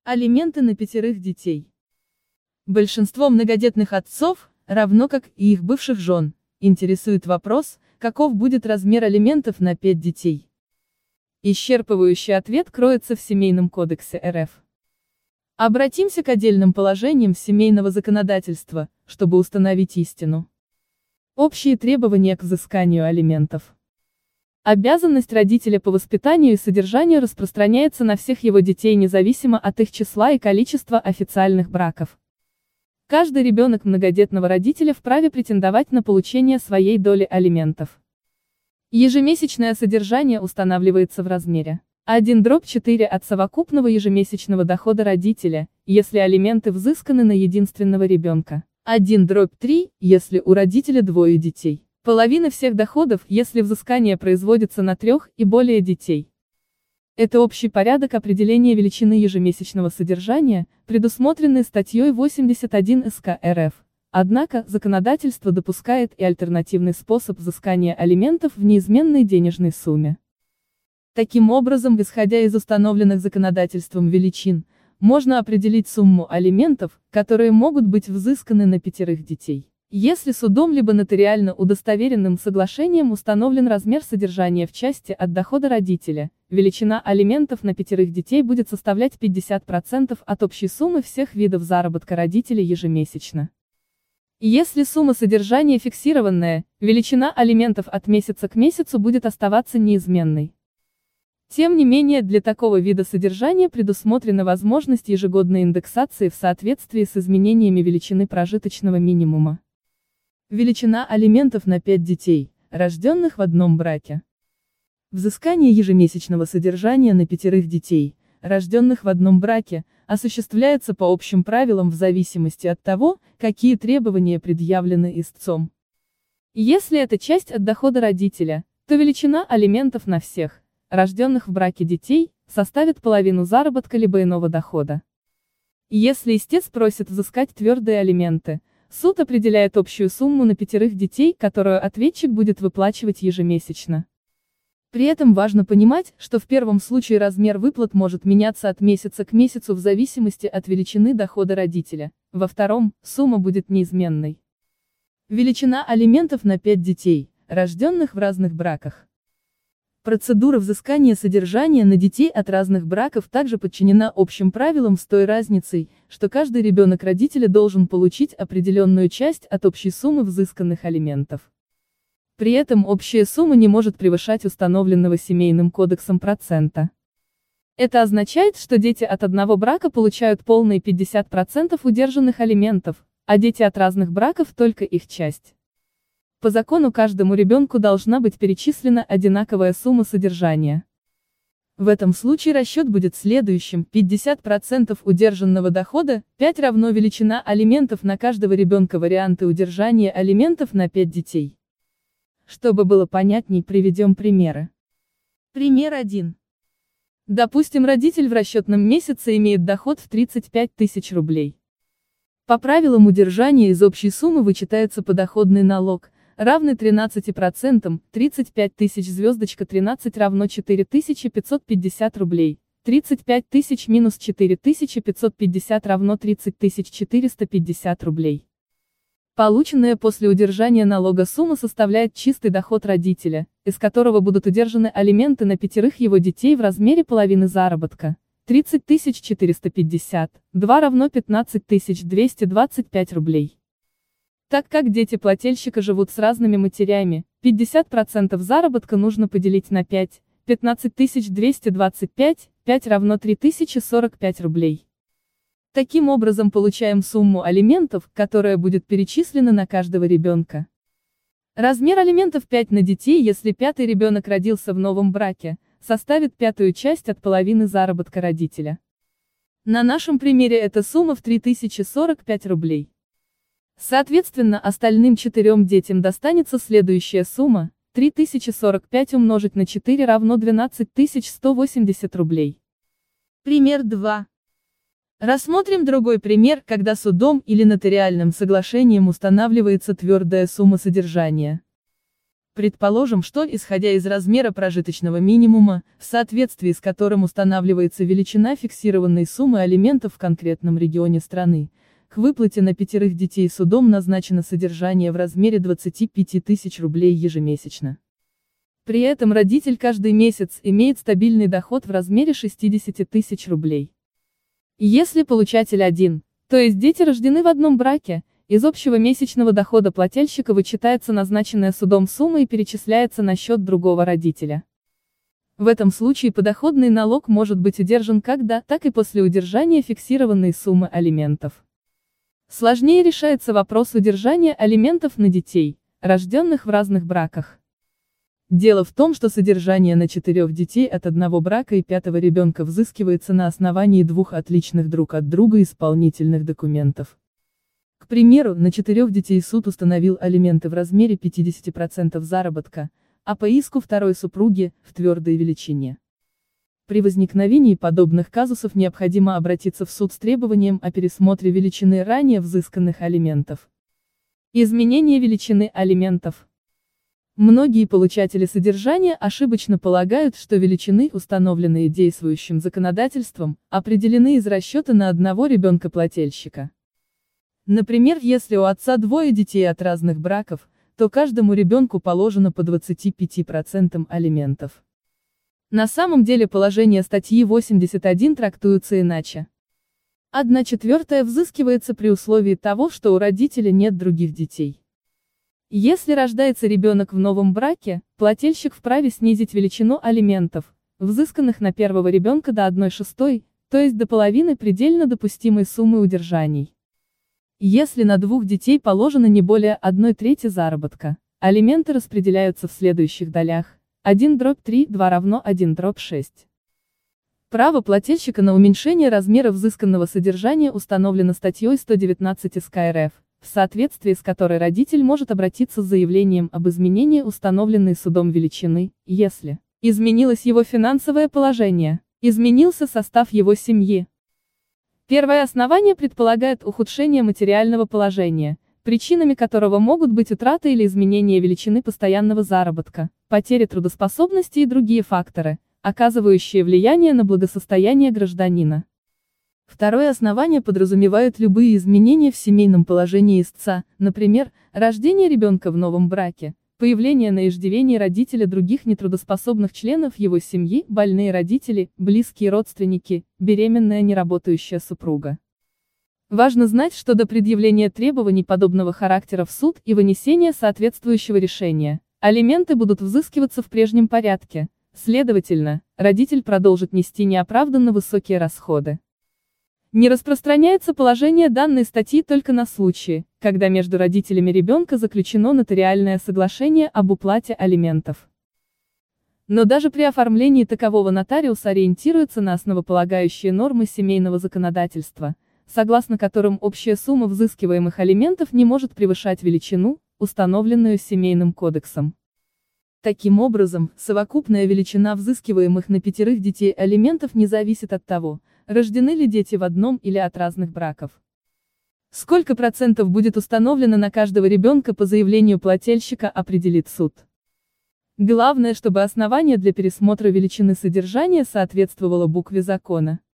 Алименты на 5 детей. Большинство многодетных отцов, равно как и их бывших жен, интересует вопрос, каков будет размер алиментов на 5 детей. Исчерпывающий ответ кроется в Семейном кодексе РФ. Обратимся к отдельным положениям семейного законодательства, чтобы установить истину. Общие требования к взысканию алиментов. Обязанность родителя по воспитанию и содержанию распространяется на всех его детей независимо от их числа и количества официальных браков. Каждый ребенок многодетного родителя вправе претендовать на получение своей доли алиментов. Ежемесячное содержание устанавливается в размере 1/4 от совокупного ежемесячного дохода родителя, если алименты взысканы на единственного ребенка. 1/3, если у родителя двое детей. Половина всех доходов, если взыскание производится на 3 и более детей. Это общий порядок определения величины ежемесячного содержания, предусмотренный статьей 81 СК РФ. Однако, законодательство допускает и альтернативный способ взыскания алиментов в неизменной денежной сумме. Таким образом, исходя из установленных законодательством величин, можно определить сумму алиментов, которые могут быть взысканы на 5 детей. Если судом либо нотариально удостоверенным соглашением установлен размер содержания в части от дохода родителя, величина алиментов на 5 детей будет составлять 50% от общей суммы всех видов заработка родителей ежемесячно. Если сумма содержания фиксированная, величина алиментов от месяца к месяцу будет оставаться неизменной. Тем не менее, для такого вида содержания предусмотрена возможность ежегодной индексации в соответствии с изменениями величины прожиточного минимума. Величина алиментов на 5 детей, рожденных в одном браке. Взыскание ежемесячного содержания на 5 детей, рожденных в одном браке, осуществляется по общим правилам в зависимости от того, какие требования предъявлены истцом. Если это часть от дохода родителя, то величина алиментов на всех, рожденных в браке детей, составит половину заработка либо иного дохода. Если истец просит взыскать твердые алименты, суд определяет общую сумму на 5 детей, которую ответчик будет выплачивать ежемесячно. При этом важно понимать, что в первом случае размер выплат может меняться от месяца к месяцу в зависимости от величины дохода родителя, во втором – сумма будет неизменной. Величина алиментов на 5 детей, рожденных в разных браках. Процедура взыскания содержания на детей от разных браков также подчинена общим правилам с той разницей, что каждый ребенок родителя должен получить определенную часть от общей суммы взысканных алиментов. При этом общая сумма не может превышать установленного Семейным кодексом процента. Это означает, что дети от одного брака получают полные 50% удержанных алиментов, а дети от разных браков только их часть. По закону каждому ребенку должна быть перечислена одинаковая сумма содержания. В этом случае расчет будет следующим: 50% удержанного дохода, 5 равно величина алиментов на каждого ребенка. Варианты удержания алиментов на 5 детей. Чтобы было понятней, приведем примеры. Пример 1. Допустим, родитель в расчетном месяце имеет доход в 35 тысяч рублей. По правилам удержания из общей суммы вычитается подоходный налог, равный 13%, 35 тысяч звездочка 13 равно 4550 рублей, 35 тысяч минус 4550 равно 30 450 рублей. Полученная после удержания налога сумма составляет чистый доход родителя, из которого будут удержаны алименты на 5 его детей в размере половины заработка, 30 450, 2 равно 15 225 рублей. Так как дети плательщика живут с разными матерями, 50% заработка нужно поделить на 5, 15 225, 5 равно 3045 рублей. Таким образом получаем сумму алиментов, которая будет перечислена на каждого ребенка. Размер алиментов 5 на детей, если 5-й ребенок родился в новом браке, составит 5-ю часть от половины заработка родителя. На нашем примере эта сумма в 3045 рублей. Соответственно, остальным 4 детям достанется следующая сумма: 3045 умножить на 4 равно 12 180 рублей. Пример 2. Рассмотрим другой пример, когда судом или нотариальным соглашением устанавливается твердая сумма содержания. Предположим, что, исходя из размера прожиточного минимума, в соответствии с которым устанавливается величина фиксированной суммы алиментов в конкретном регионе страны, к выплате на 5 детей судом назначено содержание в размере 25 тысяч рублей ежемесячно. При этом родитель каждый месяц имеет стабильный доход в размере 60 тысяч рублей. Если получатель один, то есть дети рождены в одном браке, из общего месячного дохода плательщика вычитается назначенная судом сумма и перечисляется на счет другого родителя. В этом случае подоходный налог может быть удержан как до, так и после удержания фиксированной суммы алиментов. Сложнее решается вопрос удержания алиментов на детей, рожденных в разных браках. Дело в том, что содержание на 4 детей от одного брака и 5-го ребенка взыскивается на основании 2 отличных друг от друга исполнительных документов. К примеру, на 4 детей суд установил алименты в размере 50% заработка, а по иску второй супруги – в твердой величине. При возникновении подобных казусов необходимо обратиться в суд с требованием о пересмотре величины ранее взысканных алиментов. Изменение величины алиментов. Многие получатели содержания ошибочно полагают, что величины, установленные действующим законодательством, определены из расчета на одного ребенка-плательщика. Например, если у отца 2 детей от разных браков, то каждому ребенку положено по 25% алиментов. На самом деле положения статьи 81 трактуются иначе. 1/4 взыскивается при условии того, что у родителя нет других детей. Если рождается ребенок в новом браке, плательщик вправе снизить величину алиментов, взысканных на первого ребенка до 1/6, то есть до половины предельно допустимой суммы удержаний. Если на 2 детей положено не более 1/3 заработка, алименты распределяются в следующих долях: 1/3, 2 равно 1/6. Право плательщика на уменьшение размера взысканного содержания установлено статьей 119 СК РФ, в соответствии с которой родитель может обратиться с заявлением об изменении установленной судом величины, если изменилось его финансовое положение, изменился состав его семьи. Первое основание предполагает ухудшение материального положения, причинами которого могут быть утрата или изменение величины постоянного заработка, потеря трудоспособности и другие факторы, оказывающие влияние на благосостояние гражданина. Второе основание подразумевает любые изменения в семейном положении истца, например, рождение ребенка в новом браке, появление на иждивении родителя других нетрудоспособных членов его семьи, больные родители, близкие родственники, беременная неработающая супруга. Важно знать, что до предъявления требований подобного характера в суд и вынесения соответствующего решения, алименты будут взыскиваться в прежнем порядке, следовательно, родитель продолжит нести неоправданно высокие расходы. Не распространяется положение данной статьи только на случаи, когда между родителями ребенка заключено нотариальное соглашение об уплате алиментов. Но даже при оформлении такового нотариус ориентируется на основополагающие нормы семейного законодательства, согласно которым общая сумма взыскиваемых алиментов не может превышать величину, установленную Семейным кодексом. Таким образом, совокупная величина взыскиваемых на 5 детей алиментов не зависит от того, рождены ли дети в одном или от разных браков. Сколько процентов будет установлено на каждого ребенка по заявлению плательщика, определит суд. Главное, чтобы основание для пересмотра величины содержания соответствовало букве закона.